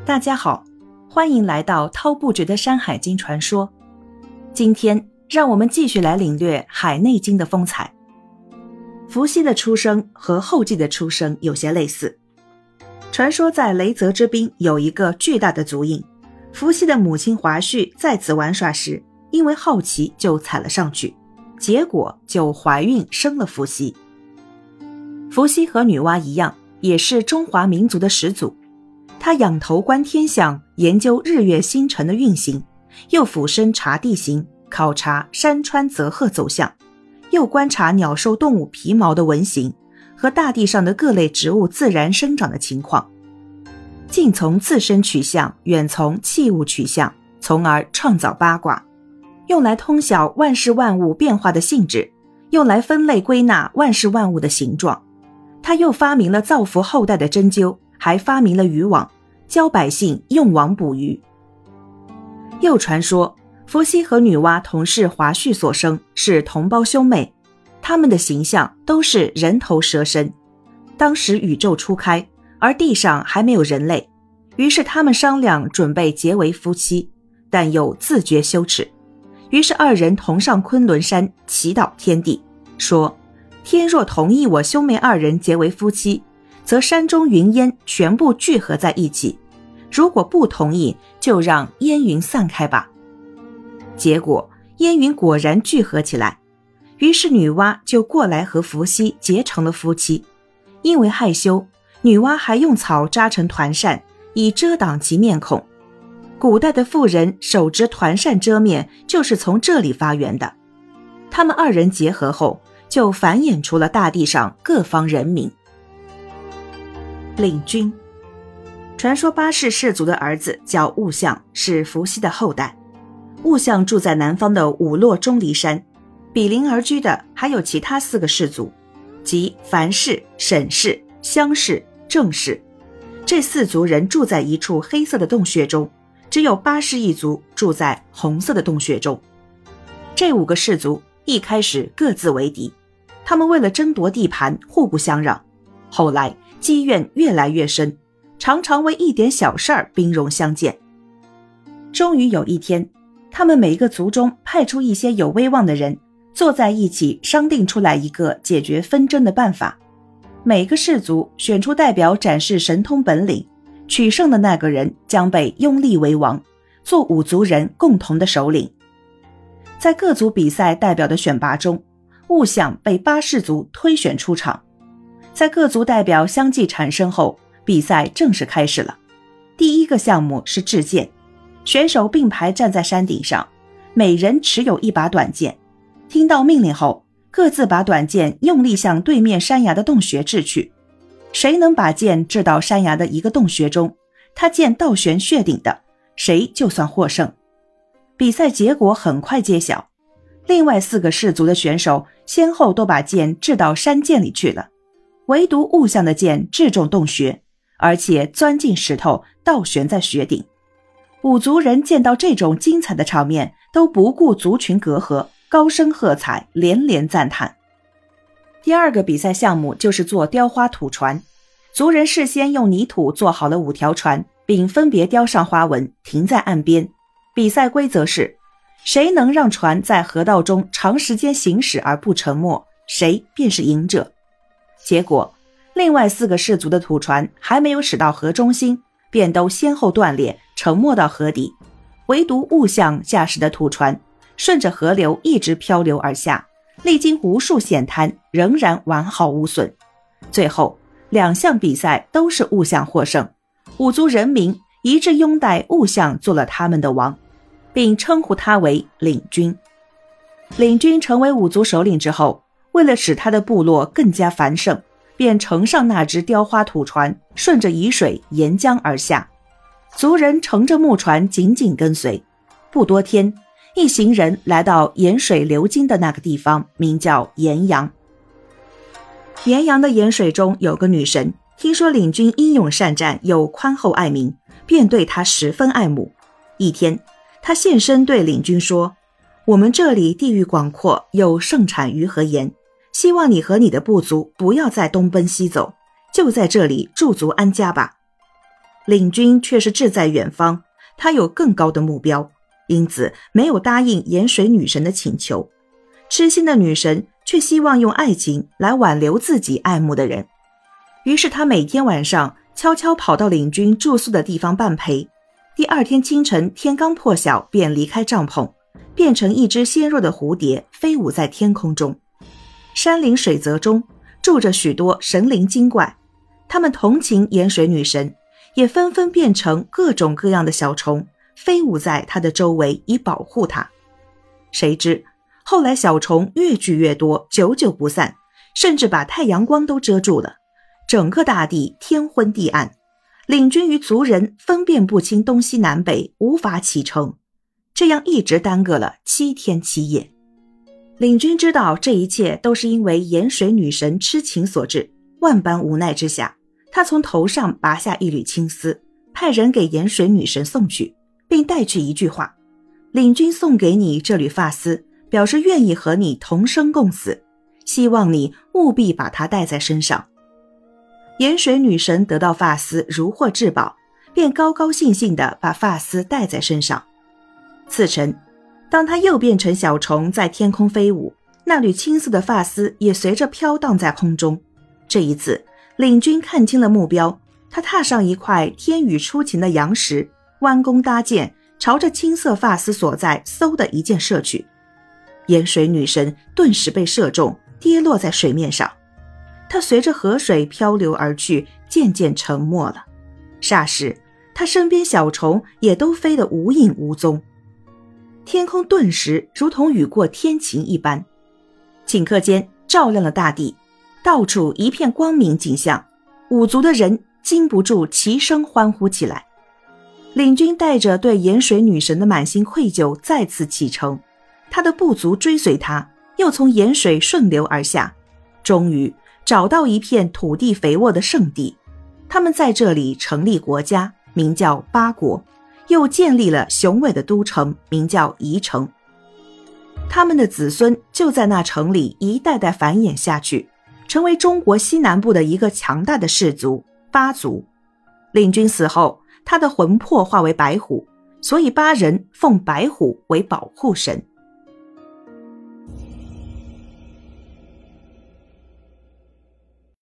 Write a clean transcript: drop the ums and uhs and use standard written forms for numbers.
大家好，欢迎来到滔不绝的山海经传说。今天让我们继续来领略海内经的风采。伏羲的出生和后稷的出生有些类似。传说在雷泽之滨有一个巨大的足印，伏羲的母亲华胥在此玩耍时，因为好奇就踩了上去，结果就怀孕生了伏羲。伏羲和女娲一样，也是中华民族的始祖。他仰头观天象，研究日月星辰的运行，又俯身查地形，考察山川泽壑走向，又观察鸟兽动物皮毛的纹形和大地上的各类植物自然生长的情况，近从自身取象，远从器物取象，从而创造八卦，用来通晓万事万物变化的性质，用来分类归纳万事万物的形状。他又发明了造福后代的针灸，还发明了渔网，教百姓用网捕鱼。又传说伏羲和女娲同是华胥所生，是同胞兄妹，他们的形象都是人头蛇身。当时宇宙初开，而地上还没有人类，于是他们商量准备结为夫妻，但又自觉羞耻，于是二人同上昆仑山祈祷天地，说天若同意我兄妹二人结为夫妻，则山中云烟全部聚合在一起，如果不同意，就让烟云散开吧。结果烟云果然聚合起来，于是女娲就过来和伏羲结成了夫妻。因为害羞，女娲还用草扎成团扇，以遮挡其面孔。古代的妇人手执团扇遮面，就是从这里发源的。他们二人结合后，就繁衍出了大地上各方人民。领军，传说八氏氏族的儿子叫兀相，是伏羲的后代。兀相住在南方的五洛钟离山，比邻而居的还有其他4个氏族，即樊氏、沈氏、襄氏、郑氏。这4族人住在一处黑色的洞穴中，只有八氏一族住在红色的洞穴中。这5个氏族一开始各自为敌，他们为了争夺地盘互不相让，后来积怨越来越深，常常为一点小事儿兵戎相见。终于有一天，他们每个族中派出一些有威望的人，坐在一起商定出来一个解决纷争的办法。每个氏族选出代表展示神通本领，取胜的那个人将被拥立为王，做5族人共同的首领。在各族比赛代表的选拔中，兀相被8氏族推选出场。在各族代表相继产生后，比赛正式开始了。第一个项目是掷箭，选手并排站在山顶上，每人持有一把短剑。听到命令后，各自把短剑用力向对面山崖的洞穴掷去。谁能把剑掷到山崖的一个洞穴中，他剑倒悬穴顶的，谁就算获胜。比赛结果很快揭晓，另外4个氏族的选手先后都把剑掷到山涧里去了，唯独兀相的剑掷中洞穴，而且钻进石头，倒悬在穴顶。5族人见到这种精彩的场面，都不顾族群隔阂，高声喝彩，连连赞叹。第2个比赛项目就是做雕花土船，族人事先用泥土做好了5条船，并分别雕上花纹，停在岸边。比赛规则是，谁能让船在河道中长时间行驶而不沉没，谁便是赢者。结果另外4个氏族的土船还没有驶到河中心，便都先后断裂，沉没到河底。唯独兀相驾驶的土船顺着河流一直漂流而下，历经无数险滩，仍然完好无损。最后2项比赛都是兀相获胜，5族人民一致拥戴兀相做了他们的王，并称呼他为领军。领军成为5族首领之后，为了使他的部落更加繁盛，便乘上那只雕花土船，顺着沂水沿江而下。族人乘着木船紧紧跟随，不多天，一行人来到盐水流经的那个地方，名叫盐阳。盐阳的盐水中有个女神，听说领军英勇善战，又宽厚爱民，便对他十分爱慕。一天，他现身对领军说，我们这里地域广阔，又盛产鱼和盐，希望你和你的部族不要再东奔西走，就在这里驻足安家吧。 领军却是志在远方，他有更高的目标，因此没有答应盐水女神的请求。痴心的女神却希望用爱情来挽留自己爱慕的人，于是他每天晚上悄悄跑到领军住宿的地方伴陪。第二天清晨，天刚破晓便离开帐篷，变成一只纤弱的蝴蝶飞舞在天空中。山林水泽中住着许多神灵精怪，他们同情盐水女神，也纷纷变成各种各样的小虫，飞舞在她的周围以保护她。谁知后来小虫越聚越多，久久不散，甚至把太阳光都遮住了，整个大地天昏地暗，领军与族人分辨不清东西南北，无法启程。这样一直耽搁了7天7夜。领军知道这一切都是因为盐水女神痴情所致，万般无奈之下，他从头上拔下一缕青丝，派人给盐水女神送去，并带去一句话：领军送给你这缕发丝，表示愿意和你同生共死，希望你务必把它带在身上。盐水女神得到发丝如获至宝，便高高兴兴地把发丝带在身上。次晨，当她又变成小虫在天空飞舞，那缕青色的发丝也随着飘荡在空中。这一次领军看清了目标，他踏上一块天雨初晴的洋石，弯弓搭箭，朝着青色发丝所在嗖的一箭射去。盐水女神顿时被射中，跌落在水面上，她随着河水漂流而去，渐渐沉没了。霎时她身边小虫也都飞得无影无踪，天空顿时如同雨过天晴一般，顷刻间照亮了大地，到处一片光明景象，五族的人禁不住齐声欢呼起来。领军带着对盐水女神的满心愧疚再次启程，他的部族追随他，又从盐水顺流而下，终于找到一片土地肥沃的圣地。他们在这里成立国家，名叫巴国，又建立了雄伟的都城，名叫宜城。他们的子孙就在那城里一代代繁衍下去，成为中国西南部的一个强大的氏族巴族。领军死后，他的魂魄化为白虎，所以巴人奉白虎为保护神。